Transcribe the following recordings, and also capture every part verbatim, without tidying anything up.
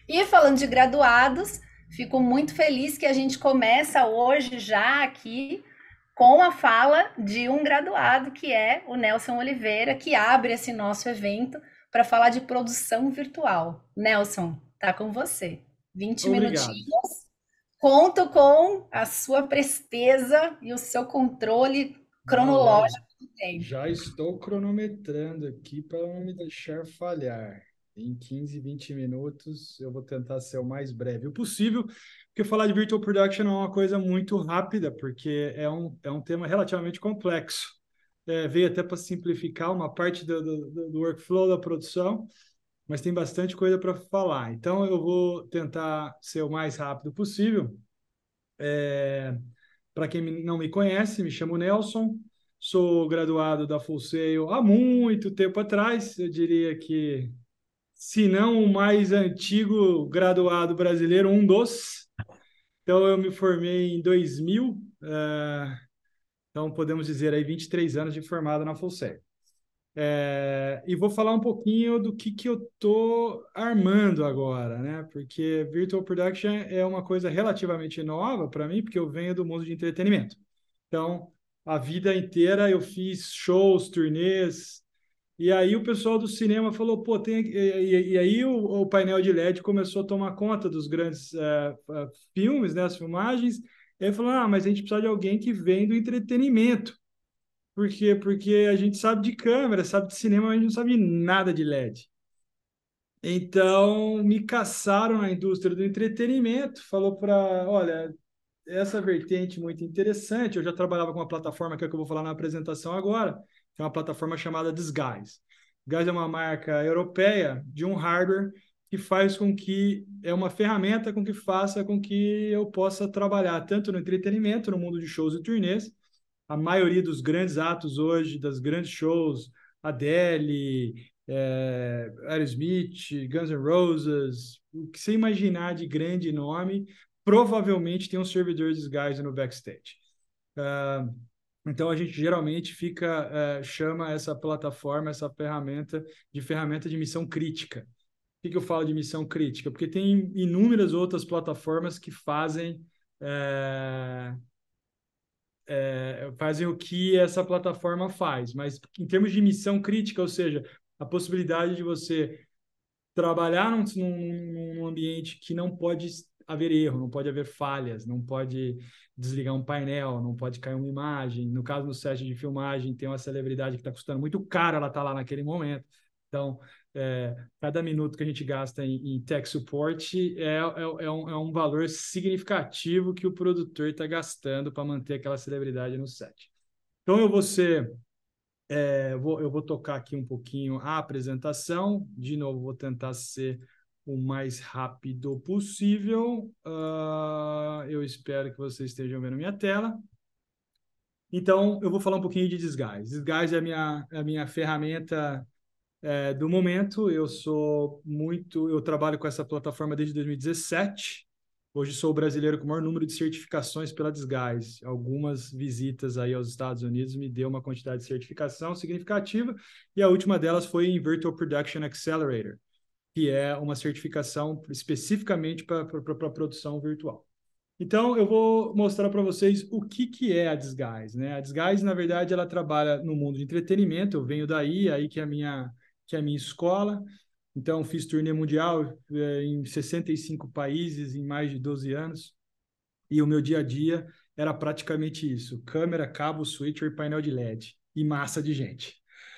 E falando de graduados, fico muito feliz que a gente começa hoje já aqui com a fala de um graduado, que é o Nelson Oliveira, que abre esse nosso evento para falar de produção virtual. Nelson, tá com você. Vinte Obrigado. minutinhos. Conto com a sua presteza e o seu controle Não, já, cronológico do tempo. já estou cronometrando aqui para não me deixar falhar. Em quinze, vinte minutos, eu vou tentar ser o mais breve possível, porque falar de Virtual Production é uma coisa muito rápida, porque é um, é um tema relativamente complexo. É, veio até para simplificar uma parte do, do, do workflow da produção, mas tem bastante coisa para falar. Então, eu vou tentar ser o mais rápido possível. Para quem não me conhece, me chamo Nelson, sou graduado da Full Sail há muito tempo atrás, eu diria que, se não o mais antigo graduado brasileiro, um dos. Então, eu me formei em dois mil, uh, então podemos dizer aí vinte e três anos de formado na Full Sail. É, e vou falar um pouquinho do que, que eu estou armando agora, né? Porque Virtual Production é uma coisa relativamente nova para mim, porque eu venho do mundo de entretenimento. Então, a vida inteira eu fiz shows, turnês, e aí o pessoal do cinema falou, pô, tem... E, e, e aí o, o, painel de L E D começou a tomar conta dos grandes uh, uh, filmes, né, as filmagens, e aí falou, ah, mas a gente precisa de alguém que vem do entretenimento. Por quê? Porque a gente sabe de câmera, sabe de cinema, mas a gente não sabe nada de L E D. Então, me caçaram na indústria do entretenimento, falou para, olha, essa vertente muito interessante. Eu já trabalhava com uma plataforma que é o que eu vou falar na apresentação agora, que é uma plataforma chamada Disguise. Disguise é uma marca europeia de um hardware que faz com que é uma ferramenta com que faça com que eu possa trabalhar tanto no entretenimento, no mundo de shows e turnês. A maioria dos grandes atos hoje, das grandes shows, Adele, é, Aerosmith, Guns N' Roses, o que você imaginar de grande nome, provavelmente tem um servidor de Disguise no backstage. Uh, então a gente geralmente fica uh, chama essa plataforma, essa ferramenta de ferramenta de missão crítica. Por que, que eu falo de missão crítica? Porque tem inúmeras outras plataformas que fazem uh, fazem o que essa plataforma faz, mas em termos de missão crítica, ou seja, a possibilidade de você trabalhar num, num, num ambiente que não pode haver erro, não pode haver falhas, não pode desligar um painel, não pode cair uma imagem. No caso do set de filmagem, tem uma celebridade que está custando muito caro, ela está lá naquele momento. Então, é, cada minuto que a gente gasta em, em tech support é, é, é, um, é um valor significativo que o produtor está gastando para manter aquela celebridade no set. Então, eu vou ser eu vou, eu vou tocar aqui um pouquinho a apresentação. De novo, vou tentar ser o mais rápido possível. Uh, eu espero que vocês estejam vendo minha tela. Então, eu vou falar um pouquinho de Disguise. Disguise é a minha, é a minha ferramenta é, do momento. Eu sou muito, eu trabalho com essa plataforma desde dois mil e dezessete. Hoje sou o brasileiro com o maior número de certificações pela Disguise. Algumas visitas aí aos Estados Unidos me deu uma quantidade de certificação significativa, e a última delas foi em Virtual Production Accelerator, que é uma certificação especificamente para a produção virtual. Então, eu vou mostrar para vocês o que, que é a Disguise, né? A Disguise, na verdade, ela trabalha no mundo de entretenimento. Eu venho daí, aí que é a minha, que é a minha escola. Então, fiz turnê mundial é, em sessenta e cinco países em mais de doze anos. E o meu dia a dia era praticamente isso: câmera, cabo, switcher e painel de L E D. E massa de gente.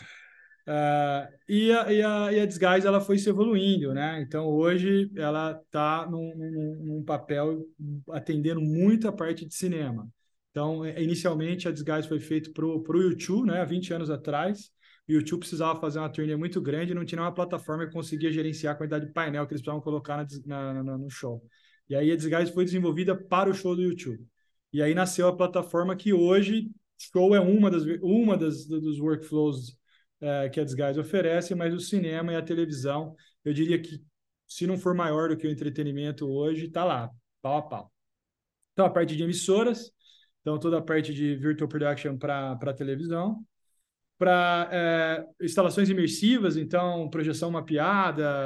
Uh, e, a, e, a, e a Disguise ela foi se evoluindo, né? Então hoje ela está num, num, num papel atendendo muito a parte de cinema. Então, inicialmente a Disguise foi feito para o YouTube, né? Há vinte anos atrás. O YouTube precisava fazer uma turnê muito grande e não tinha uma plataforma que conseguia gerenciar a quantidade de painel que eles precisavam colocar na, na, na, no show. E aí a Disguise foi desenvolvida para o show do YouTube. E aí nasceu a plataforma que hoje, show é uma das, uma das dos workflows é, que a Disguise oferece, mas o cinema e a televisão, eu diria que, se não for maior do que o entretenimento hoje, está lá, pau a pau. Então, a parte de emissoras, então toda a parte de virtual production para televisão, para é, instalações imersivas, então projeção mapeada,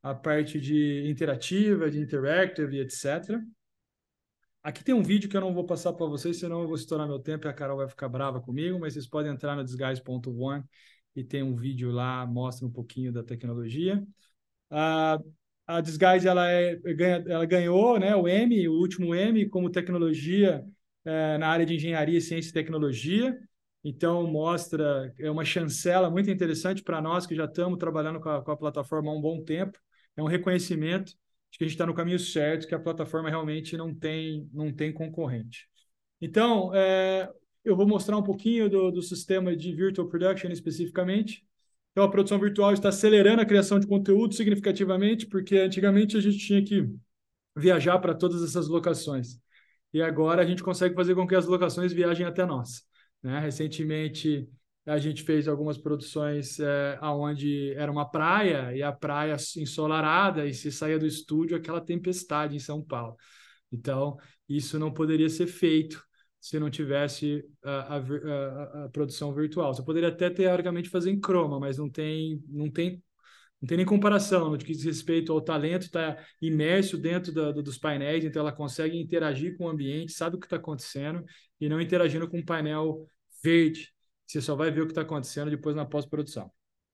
a parte de interativa, de interactive, etcétera. Aqui tem um vídeo que eu não vou passar para vocês, senão eu vou estourar meu tempo e a Carol vai ficar brava comigo, mas vocês podem entrar no disguise ponto one e tem um vídeo lá, mostra um pouquinho da tecnologia. A, a Disguise ela, é, ela ganhou, né, o Emmy, o último Emmy, como tecnologia é, na área de engenharia, ciência e tecnologia. Então, mostra, é uma chancela muito interessante para nós que já estamos trabalhando com a, com a plataforma há um bom tempo. É um reconhecimento de que a gente está no caminho certo, que a plataforma realmente não tem, não tem concorrente. Então, é, eu vou mostrar um pouquinho do, do sistema de Virtual Production especificamente. Então, a produção virtual está acelerando a criação de conteúdo significativamente, porque antigamente a gente tinha que viajar para todas essas locações. E agora a gente consegue fazer com que as locações viajem até nós. Né? Recentemente, a gente fez algumas produções é, onde era uma praia, e a praia ensolarada, e se saía do estúdio aquela tempestade em São Paulo. Então, isso não poderia ser feito se não tivesse a, a, a, a produção virtual. Você poderia até, teoricamente, fazer em Chroma, mas não tem, não tem, não tem nem comparação no que diz respeito ao talento, está imerso dentro da, dos painéis, então ela consegue interagir com o ambiente, sabe o que está acontecendo, e não interagindo com um painel verde. Você só vai ver o que está acontecendo depois na pós-produção.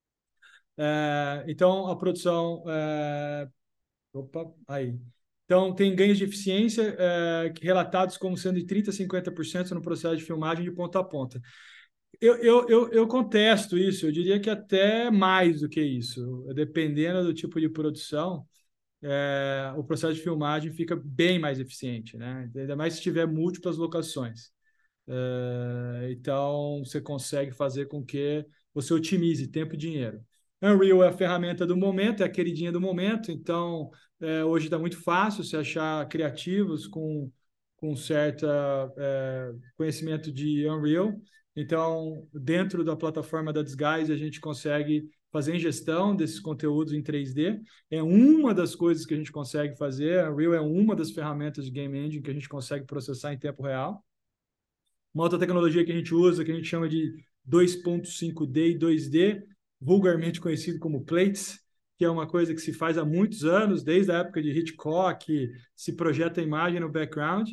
É, então, a produção... É, opa, aí. Então, tem ganhos de eficiência é, relatados como sendo de trinta por cento a cinquenta por cento no processo de filmagem de ponta a ponta. Eu, eu, eu, eu contesto isso, eu diria que até mais do que isso. Dependendo do tipo de produção, é, o processo de filmagem fica bem mais eficiente, né? Ainda mais se tiver múltiplas locações. É, então, você consegue fazer com que você otimize tempo e dinheiro. Unreal é a ferramenta do momento, é a queridinha do momento, então é, hoje está muito fácil se achar criativos com, com certo é, conhecimento de Unreal. Então, dentro da plataforma da Disguise, a gente consegue fazer ingestão desses conteúdos em três D. É uma das coisas que a gente consegue fazer. A Unreal é uma das ferramentas de Game Engine que a gente consegue processar em tempo real. Uma outra tecnologia que a gente usa, que a gente chama de dois ponto cinco D e dois D, vulgarmente conhecido como plates, que é uma coisa que se faz há muitos anos, desde a época de Hitchcock, se projeta a imagem no background,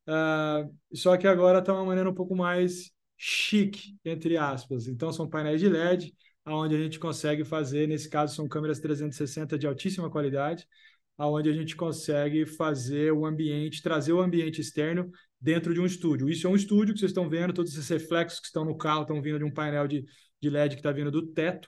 uh, só que agora está uma maneira um pouco mais chique, entre aspas. Então, são painéis de L E D, onde a gente consegue fazer, nesse caso, são câmeras trezentos e sessenta de altíssima qualidade, onde a gente consegue fazer o ambiente, trazer o ambiente externo dentro de um estúdio. Isso é um estúdio que vocês estão vendo, todos esses reflexos que estão no carro estão vindo de um painel de, de L E D que está vindo do teto.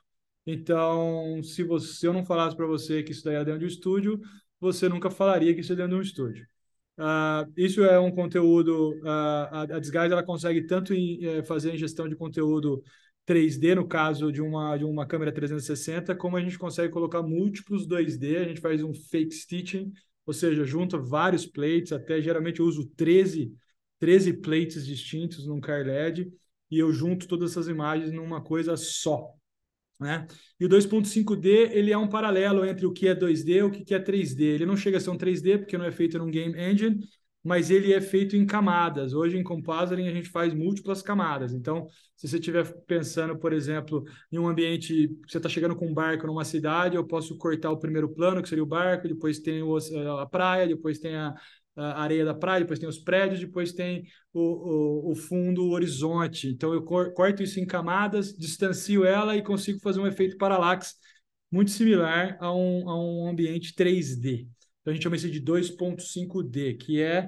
Então, se, você, se eu não falasse para você que isso daí é dentro de um estúdio, você nunca falaria que isso é dentro de um estúdio. Uh, isso é um conteúdo, uh, a, a Disguise ela consegue tanto em, eh, fazer a ingestão de conteúdo três D, no caso de uma, de uma câmera trezentos e sessenta, como a gente consegue colocar múltiplos dois D, a gente faz um fake stitching, ou seja, junta vários plates, até geralmente eu uso treze, treze plates distintos num car L E D, e eu junto todas essas imagens numa coisa só. Né? E o dois ponto cinco D ele é um paralelo entre o que é dois D e o que é três D. Ele não chega a ser um três D porque não é feito num game engine, mas ele é feito em camadas. Hoje em Compositing a gente faz múltiplas camadas. Então, se você estiver pensando, por exemplo, em um ambiente, você está chegando com um barco numa cidade, eu posso cortar o primeiro plano, que seria o barco, depois tem o, a praia, depois tem a, a areia da praia, depois tem os prédios, depois tem o, o, o fundo, o horizonte. Então, eu corto isso em camadas, distancio ela e consigo fazer um efeito parallax muito similar a um, a um ambiente três D. Então, a gente chama isso de dois ponto cinco D, que é,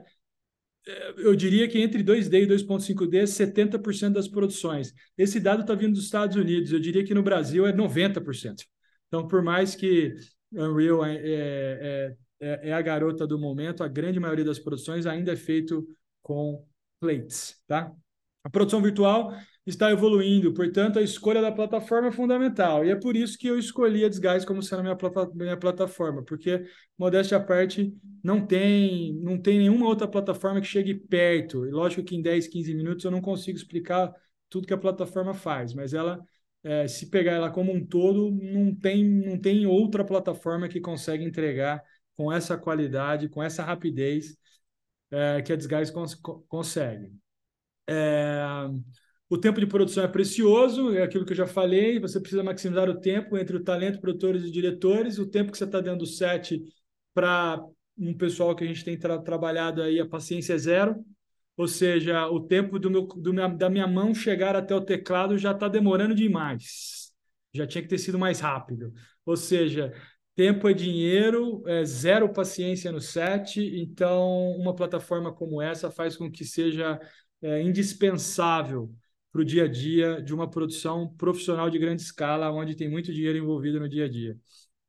eu diria que entre dois D e dois ponto cinco D é setenta por cento das produções. Esse dado está vindo dos Estados Unidos, eu diria que no Brasil é noventa por cento. Então, por mais que Unreal é, é, é, é a garota do momento, a grande maioria das produções ainda é feito com plates, tá? A produção virtual está evoluindo, portanto, a escolha da plataforma é fundamental. E é por isso que eu escolhi a Disguise como sendo a minha, plata minha plataforma, porque, modéstia à parte, não tem, não tem nenhuma outra plataforma que chegue perto. E lógico que em dez, quinze minutos eu não consigo explicar tudo que a plataforma faz, mas ela, é, se pegar ela como um todo, não tem, não tem outra plataforma que consegue entregar com essa qualidade, com essa rapidez é, que a Disguise cons consegue. É, O tempo de produção é precioso, é aquilo que eu já falei, você precisa maximizar o tempo entre o talento, produtores e diretores, o tempo que você está dando do set para um pessoal que a gente tem tra trabalhado aí, a paciência é zero, ou seja, o tempo do meu, do minha, da minha mão chegar até o teclado já está demorando demais, já tinha que ter sido mais rápido, ou seja, tempo é dinheiro, é zero paciência no set, então uma plataforma como essa faz com que seja é, indispensável para o dia a dia de uma produção profissional de grande escala, onde tem muito dinheiro envolvido no dia a dia.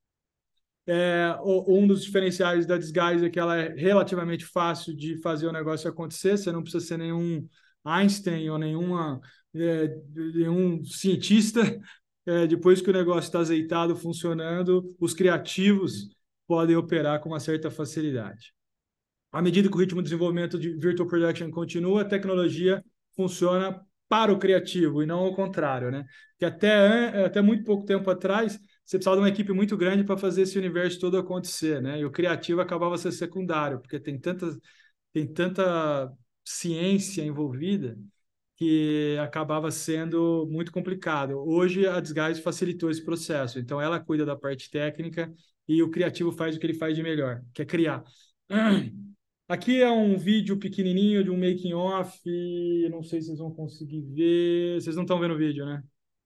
É, um dos diferenciais da Disguise é que ela é relativamente fácil de fazer o negócio acontecer, você não precisa ser nenhum Einstein ou nenhuma, é, nenhum cientista. É, depois que o negócio está azeitado, funcionando, os criativos podem operar com uma certa facilidade. À medida que o ritmo de desenvolvimento de Virtual Production continua, a tecnologia funciona para o criativo e não ao contrário, né? Que até, até muito pouco tempo atrás, você precisava de uma equipe muito grande para fazer esse universo todo acontecer, né? E o criativo acabava sendo secundário, porque tem tanta, tem tanta ciência envolvida que acabava sendo muito complicado. Hoje, a Disguise facilitou esse processo. Então, ela cuida da parte técnica e o criativo faz o que ele faz de melhor, que é criar. Aqui é um vídeo pequenininho de um making off, não sei se vocês vão conseguir ver. Vocês não estão vendo o vídeo, né?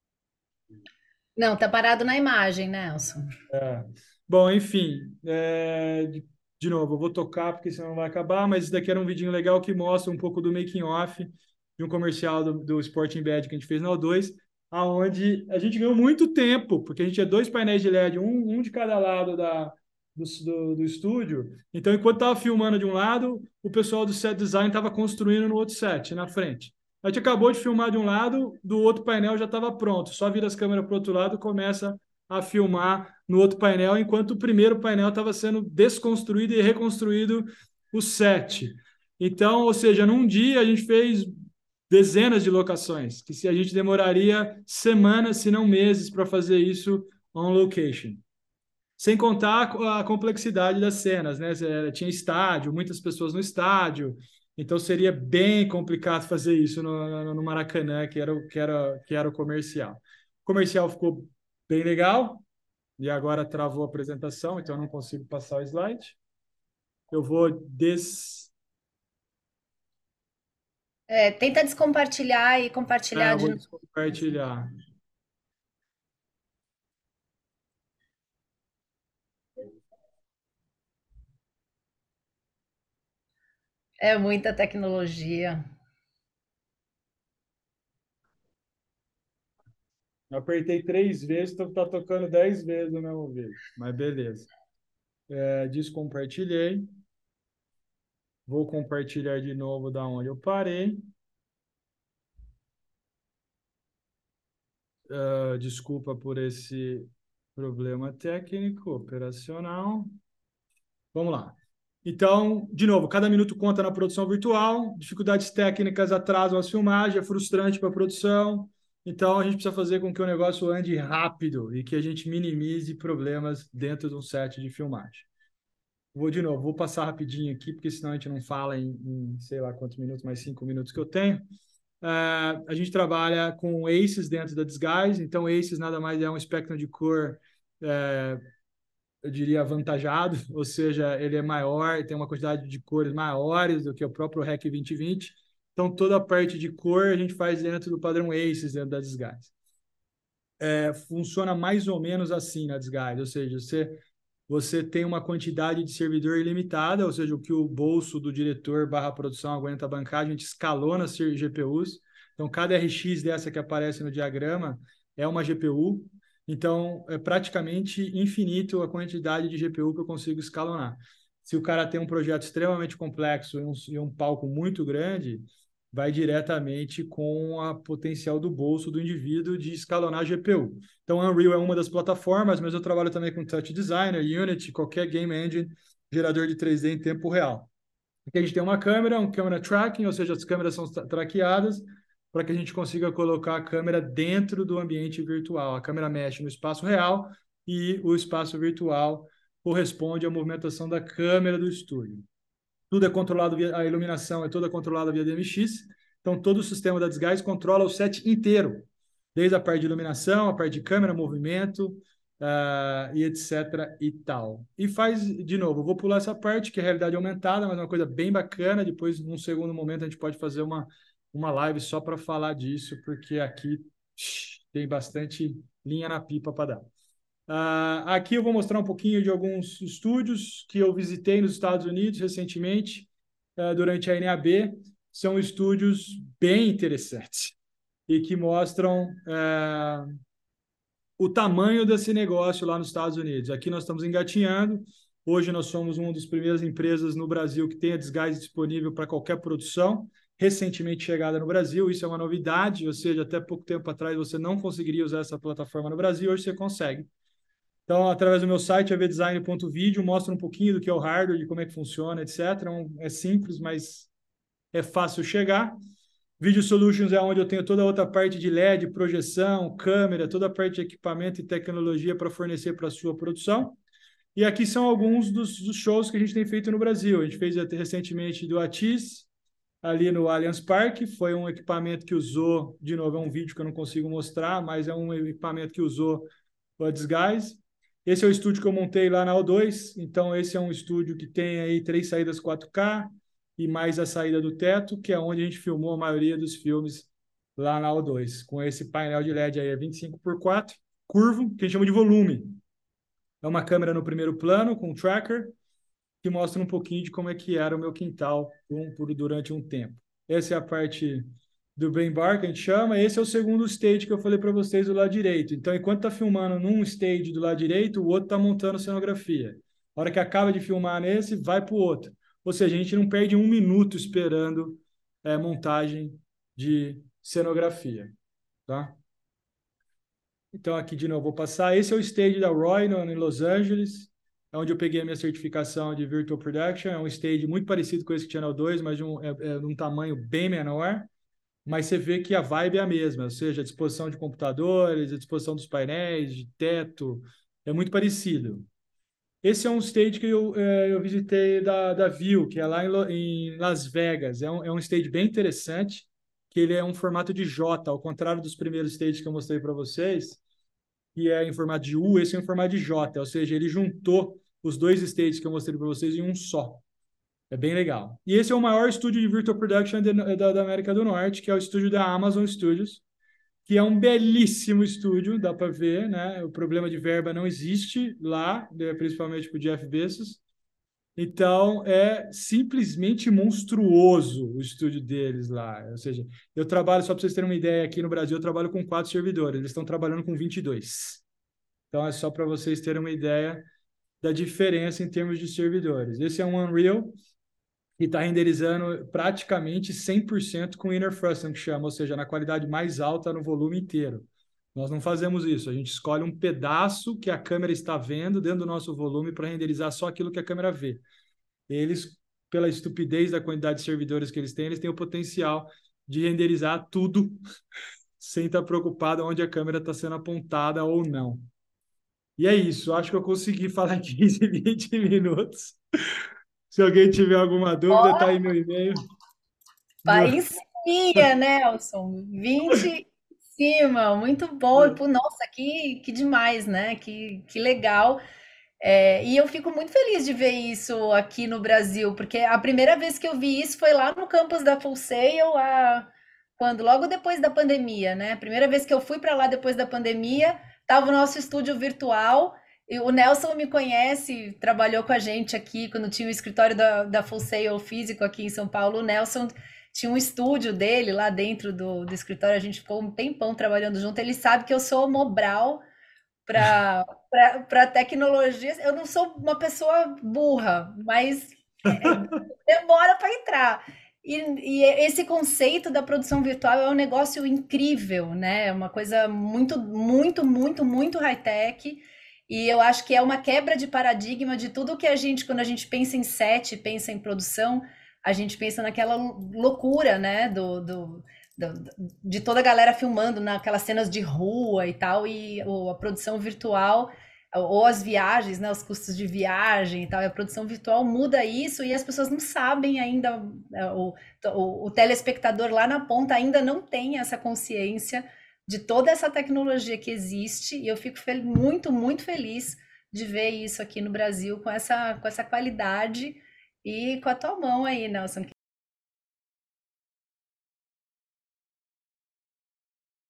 Não, tá parado na imagem, Nelson. É. Bom, enfim, é, de, de novo, eu vou tocar porque senão não vai acabar, mas isso daqui era um vidinho legal que mostra um pouco do making off de um comercial do, do Sporting Bad que a gente fez na O dois, aonde a gente ganhou muito tempo, porque a gente tinha dois painéis de L E D, um, um de cada lado da, do, do, do estúdio. Então, enquanto estava filmando de um lado, o pessoal do set design estava construindo no outro set, na frente. A gente acabou de filmar de um lado, do outro painel já estava pronto. Só vira as câmeras para o outro lado e começa a filmar no outro painel, enquanto o primeiro painel estava sendo desconstruído e reconstruído o set. Então, ou seja, num dia a gente fez dezenas de locações, que se a gente demoraria semanas, se não meses, para fazer isso on location. Sem contar a complexidade das cenas, né? Tinha estádio, muitas pessoas no estádio, então seria bem complicado fazer isso no, no Maracanã, que era, que, era, que era o comercial. O comercial ficou bem legal, e agora travou a apresentação, então eu não consigo passar o slide. Eu vou des... É, tenta descompartilhar e compartilhar Ah, de vou novo. descompartilhar. É muita tecnologia. Eu apertei três vezes, então tá tocando dez vezes no mesmo vídeo. Mas beleza. É, descompartilhei. Vou compartilhar de novo da onde eu parei. Uh, desculpa por esse problema técnico, operacional. Vamos lá. Então, de novo, cada minuto conta na produção virtual, dificuldades técnicas atrasam as filmagens, é frustrante para a produção. Então, a gente precisa fazer com que o negócio ande rápido e que a gente minimize problemas dentro de um set de filmagem. Vou de novo, vou passar rapidinho aqui, porque senão a gente não fala em, em sei lá quantos minutos, mais cinco minutos que eu tenho. Uh, a gente trabalha com ACES dentro da Disguise, então ACES nada mais é um espectro de cor, uh, eu diria, avantajado, ou seja, ele é maior, tem uma quantidade de cores maiores do que o próprio REC vinte vinte, então toda a parte de cor a gente faz dentro do padrão ACES dentro da Disguise. É, funciona mais ou menos assim na Disguise, ou seja, você você tem uma quantidade de servidor ilimitada, ou seja, o que o bolso do diretor barra produção aguenta bancar, a gente escalona as G P Us. Então, cada R X dessa que aparece no diagrama é uma G P U. Então, é praticamente infinito a quantidade de G P U que eu consigo escalonar. Se o cara tem um projeto extremamente complexo e um, e um palco muito grande, vai diretamente com a potencial do bolso do indivíduo de escalonar a G P U. Então, Unreal é uma das plataformas, mas eu trabalho também com Touch Designer, Unity, qualquer game engine, gerador de três D em tempo real. Aqui a gente tem uma câmera, um câmera tracking, ou seja, as câmeras são traqueadas para que a gente consiga colocar a câmera dentro do ambiente virtual. A câmera mexe no espaço real e o espaço virtual corresponde à movimentação da câmera do estúdio. Tudo é controlado via, a iluminação é toda controlada via D M X, Então, todo o sistema da Disguise controla o set inteiro, desde a parte de iluminação, a parte de câmera, movimento, uh, e etc e tal. E faz, de novo, eu vou pular essa parte, que é a realidade aumentada, mas é uma coisa bem bacana. Depois, num segundo momento, a gente pode fazer uma, uma live só para falar disso, porque aqui tem bastante linha na pipa para dar. Uh, aqui eu vou mostrar um pouquinho de alguns estúdios que eu visitei nos Estados Unidos recentemente, uh, durante a N A B. São estúdios bem interessantes e que mostram uh, o tamanho desse negócio lá nos Estados Unidos. Aqui nós estamos engatinhando. Hoje nós somos uma das primeiras empresas no Brasil que tem a Disguise disponível para qualquer produção, recentemente chegada no Brasil. Isso é uma novidade, ou seja, até pouco tempo atrás você não conseguiria usar essa plataforma no Brasil, hoje você consegue. Então, através do meu site, a v design ponto video, mostra um pouquinho do que é o hardware, de como é que funciona, etcétera. É simples, mas é fácil chegar. Video Solutions é onde eu tenho toda a outra parte de L E D, projeção, câmera, toda a parte de equipamento e tecnologia para fornecer para a sua produção. E aqui são alguns dos, dos shows que a gente tem feito no Brasil. A gente fez até recentemente do Atis, ali no Allianz Parque. Foi um equipamento que usou, de novo, é um vídeo que eu não consigo mostrar, mas é um equipamento que usou o Disguise. Esse é o estúdio que eu montei lá na O dois. Então, esse é um estúdio que tem aí três saídas quatro K e mais a saída do teto, que é onde a gente filmou a maioria dos filmes lá na O dois. Com esse painel de L E D aí, é vinte e cinco por quatro, curvo, que a gente chama de volume. É uma câmera no primeiro plano, com um tracker, que mostra um pouquinho de como é que era o meu quintal um, por, durante um tempo. Essa é a parte do Brain Bar, que a gente chama. Esse é o segundo stage que eu falei para vocês do lado direito. Então, enquanto está filmando num stage do lado direito, o outro está montando cenografia. A hora que acaba de filmar nesse, vai para o outro. Ou seja, a gente não perde um minuto esperando é, montagem de cenografia. Tá? Então, aqui de novo, vou passar. Esse é o stage da Roy, no, em Los Angeles, onde eu peguei a minha certificação de Virtual Production. É um stage muito parecido com esse que tinha no dois, mas de um, é, é de um tamanho bem menor. Mas você vê que a vibe é a mesma, ou seja, a disposição de computadores, a disposição dos painéis, de teto, é muito parecido. Esse é um stage que eu, é, eu visitei da, da View, que é lá em, em Las Vegas. É um, é um stage bem interessante, que ele é um formato de J, ao contrário dos primeiros stages que eu mostrei para vocês, que é em formato de U, esse é em formato de J, ou seja, ele juntou os dois stages que eu mostrei para vocês em um só. É bem legal. E esse é o maior estúdio de Virtual Production de, da, da América do Norte, que é o estúdio da Amazon Studios, que é um belíssimo estúdio, dá para ver, né? O problema de verba não existe lá, principalmente para o Jeff Bezos. Então, é simplesmente monstruoso o estúdio deles lá. Ou seja, eu trabalho, só para vocês terem uma ideia, aqui no Brasil eu trabalho com quatro servidores, eles estão trabalhando com vinte e dois. Então, é só para vocês terem uma ideia da diferença em termos de servidores. Esse é um Unreal, e está renderizando praticamente cem por cento com Inner Frustum, que chama, ou seja, na qualidade mais alta no volume inteiro. Nós não fazemos isso, a gente escolhe um pedaço que a câmera está vendo dentro do nosso volume para renderizar só aquilo que a câmera vê. Eles, pela estupidez da quantidade de servidores que eles têm, eles têm o potencial de renderizar tudo sem estar preocupado onde a câmera está sendo apontada ou não. E é isso, acho que eu consegui falar quinze, vinte minutos. Se alguém tiver alguma dúvida, tá aí meu e-mail. Pá, Meu... em cima, Nelson. vinte em cima, muito bom. E, pô, nossa, que, que demais, né? Que, que legal. É, e eu fico muito feliz de ver isso aqui no Brasil, porque a primeira vez que eu vi isso foi lá no campus da Full Sail, a, quando, logo depois da pandemia, né? A primeira vez que eu fui para lá depois da pandemia, estava o nosso estúdio virtual. E o Nelson me conhece, trabalhou com a gente aqui quando tinha o escritório da, da Full Sail físico aqui em São Paulo. O Nelson tinha um estúdio dele lá dentro do, do escritório, a gente ficou um tempão trabalhando junto. Ele sabe que eu sou mobral para tecnologias. Eu não sou uma pessoa burra, mas é, demora para entrar. E, e esse conceito da produção virtual é um negócio incrível, né? É uma coisa muito, muito, muito, muito high-tech. E eu acho que é uma quebra de paradigma de tudo que a gente, quando a gente pensa em set, pensa em produção, a gente pensa naquela loucura, né? Do, do, do, de toda a galera filmando naquelas cenas de rua e tal, e a produção virtual ou as viagens, né, os custos de viagem e tal, e a produção virtual muda isso e as pessoas não sabem ainda, é, o, o, o telespectador lá na ponta ainda não tem essa consciência de toda essa tecnologia que existe, e eu fico muito, muito feliz de ver isso aqui no Brasil com essa, com essa qualidade e com a tua mão aí, Nelson.